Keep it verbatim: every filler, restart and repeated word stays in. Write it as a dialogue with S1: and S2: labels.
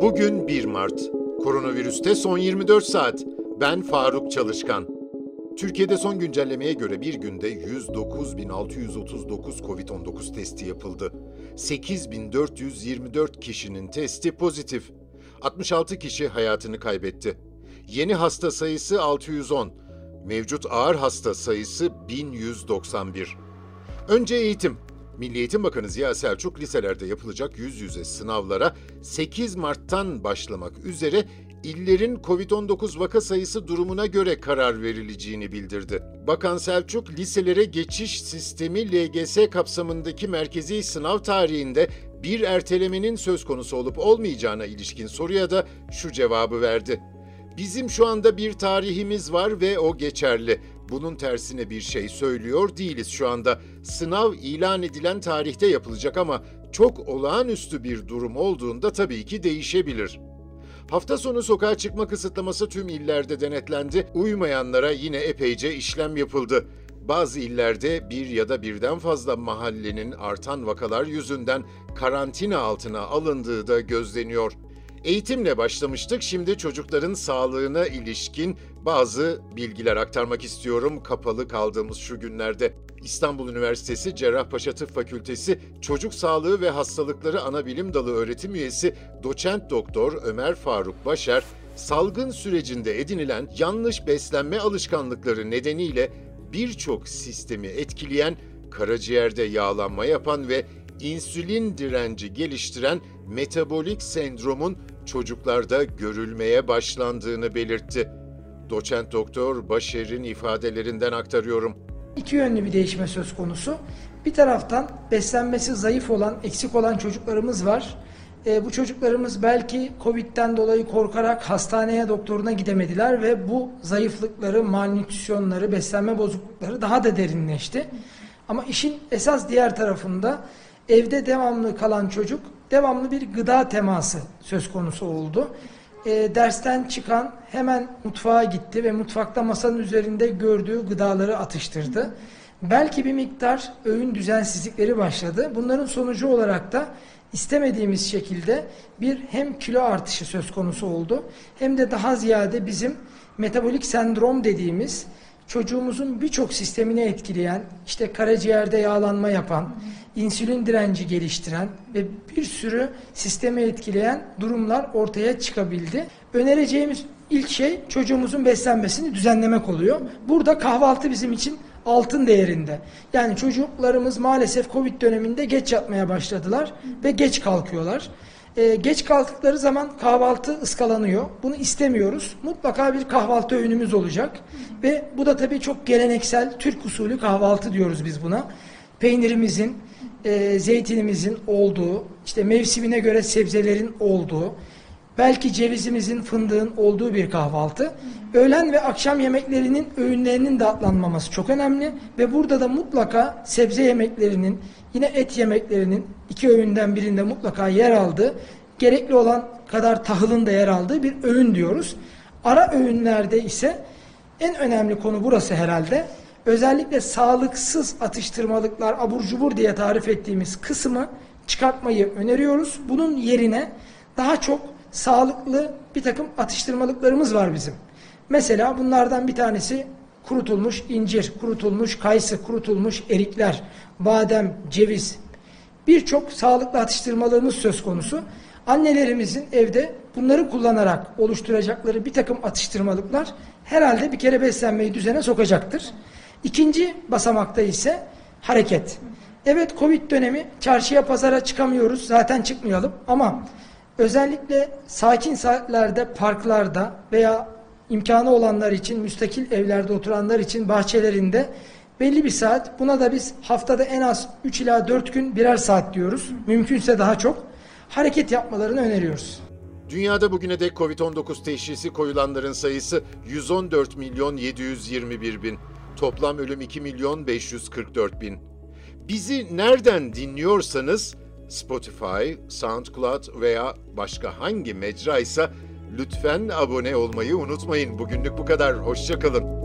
S1: Bugün bir Mart. Koronavirüste son yirmi dört saat. Ben Faruk Çalışkan. Türkiye'de son güncellemeye göre bir günde yüz dokuz bin altı yüz otuz dokuz kovid on dokuz testi yapıldı. sekiz bin dört yüz yirmi dört kişinin testi pozitif. altmış altı kişi hayatını kaybetti. Yeni hasta sayısı altı yüz on. Mevcut ağır hasta sayısı bin yüz doksan bir. Önce eğitim. Milli Eğitim Bakanı Ziya Selçuk, liselerde yapılacak yüz yüze sınavlara sekiz Mart'tan başlamak üzere illerin kovid on dokuz vaka sayısı durumuna göre karar verileceğini bildirdi. Bakan Selçuk, liselere geçiş sistemi L G S kapsamındaki merkezi sınav tarihinde bir ertelemenin söz konusu olup olmayacağına ilişkin soruya da şu cevabı verdi. Bizim şu anda bir tarihimiz var ve o geçerli. Bunun tersine bir şey söylüyor değiliz şu anda. Sınav ilan edilen tarihte yapılacak ama çok olağanüstü bir durum olduğunda tabii ki değişebilir. Hafta sonu sokağa çıkma kısıtlaması tüm illerde denetlendi. Uymayanlara yine epeyce işlem yapıldı. Bazı illerde bir ya da birden fazla mahallenin artan vakalar yüzünden karantina altına alındığı da gözleniyor. Eğitimle başlamıştık, şimdi çocukların sağlığına ilişkin bazı bilgiler aktarmak istiyorum kapalı kaldığımız şu günlerde. İstanbul Üniversitesi Cerrahpaşa Tıp Fakültesi Çocuk Sağlığı ve Hastalıkları Anabilim Dalı öğretim üyesi Doçent Doktor Ömer Faruk Başer, salgın sürecinde edinilen yanlış beslenme alışkanlıkları nedeniyle birçok sistemi etkileyen, karaciğerde yağlanma yapan ve insülin direnci geliştiren metabolik sendromun çocuklarda görülmeye başlandığını belirtti. Doçent Doktor Başer'in ifadelerinden aktarıyorum.
S2: İki yönlü bir değişme söz konusu. Bir taraftan beslenmesi zayıf olan, eksik olan çocuklarımız var. E, bu çocuklarımız belki Covid'den dolayı korkarak hastaneye, doktoruna gidemediler ve bu zayıflıkları, malnütrisyonları, beslenme bozuklukları daha da derinleşti. Ama işin esas diğer tarafında evde devamlı kalan çocuk, devamlı bir gıda teması söz konusu oldu. E, dersten çıkan hemen mutfağa gitti ve mutfakta masanın üzerinde gördüğü gıdaları atıştırdı. Belki bir miktar öğün düzensizlikleri başladı. Bunların sonucu olarak da istemediğimiz şekilde bir hem kilo artışı söz konusu oldu, hem de daha ziyade bizim metabolik sendrom dediğimiz, çocuğumuzun birçok sistemini etkileyen, işte karaciğerde yağlanma yapan, insülin direnci geliştiren ve bir sürü sistemi etkileyen durumlar ortaya çıkabildi. Önereceğimiz ilk şey çocuğumuzun beslenmesini düzenlemek oluyor. Burada kahvaltı bizim için altın değerinde. Yani çocuklarımız maalesef Covid döneminde geç yatmaya başladılar ve geç kalkıyorlar. Ee, geç kalktıkları zaman kahvaltı ıskalanıyor. Bunu istemiyoruz. Mutlaka bir kahvaltı öğünümüz olacak. Ve bu da tabii çok geleneksel Türk usulü kahvaltı diyoruz biz buna. Peynirimizin, e, zeytinimizin olduğu, işte mevsimine göre sebzelerin olduğu, belki cevizimizin, fındığın olduğu bir kahvaltı. Öğlen ve akşam yemeklerinin öğünlerinin de atlanmaması çok önemli ve burada da mutlaka sebze yemeklerinin, yine et yemeklerinin iki öğünden birinde mutlaka yer aldığı, gerekli olan kadar tahılın da yer aldığı bir öğün diyoruz. Ara öğünlerde ise en önemli konu burası herhalde. Özellikle sağlıksız atıştırmalıklar, abur cubur diye tarif ettiğimiz kısmı çıkartmayı öneriyoruz. Bunun yerine daha çok sağlıklı bir takım atıştırmalıklarımız var bizim. Mesela bunlardan bir tanesi kurutulmuş incir, kurutulmuş kayısı, kurutulmuş erikler, badem, ceviz. Birçok sağlıklı atıştırmalığımız söz konusu. Annelerimizin evde bunları kullanarak oluşturacakları bir takım atıştırmalıklar herhalde bir kere beslenmeyi düzene sokacaktır. İkinci basamakta ise hareket. Evet, Covid dönemi, çarşıya pazara çıkamıyoruz, zaten çıkmayalım ama özellikle sakin saatlerde parklarda veya imkanı olanlar için müstakil evlerde oturanlar için bahçelerinde belli bir saat, buna da biz haftada en az üç ila dört gün birer saat diyoruz. Mümkünse daha çok hareket yapmalarını öneriyoruz.
S1: Dünyada bugüne dek kovid on dokuz teşhisi koyulanların sayısı yüz on dört milyon yedi yüz yirmi bir bin. Toplam ölüm iki milyon beş yüz kırk dört bin. Bizi nereden dinliyorsanız, Spotify, SoundCloud veya başka hangi mecraysa lütfen abone olmayı unutmayın. Bugünlük bu kadar. Hoşça kalın.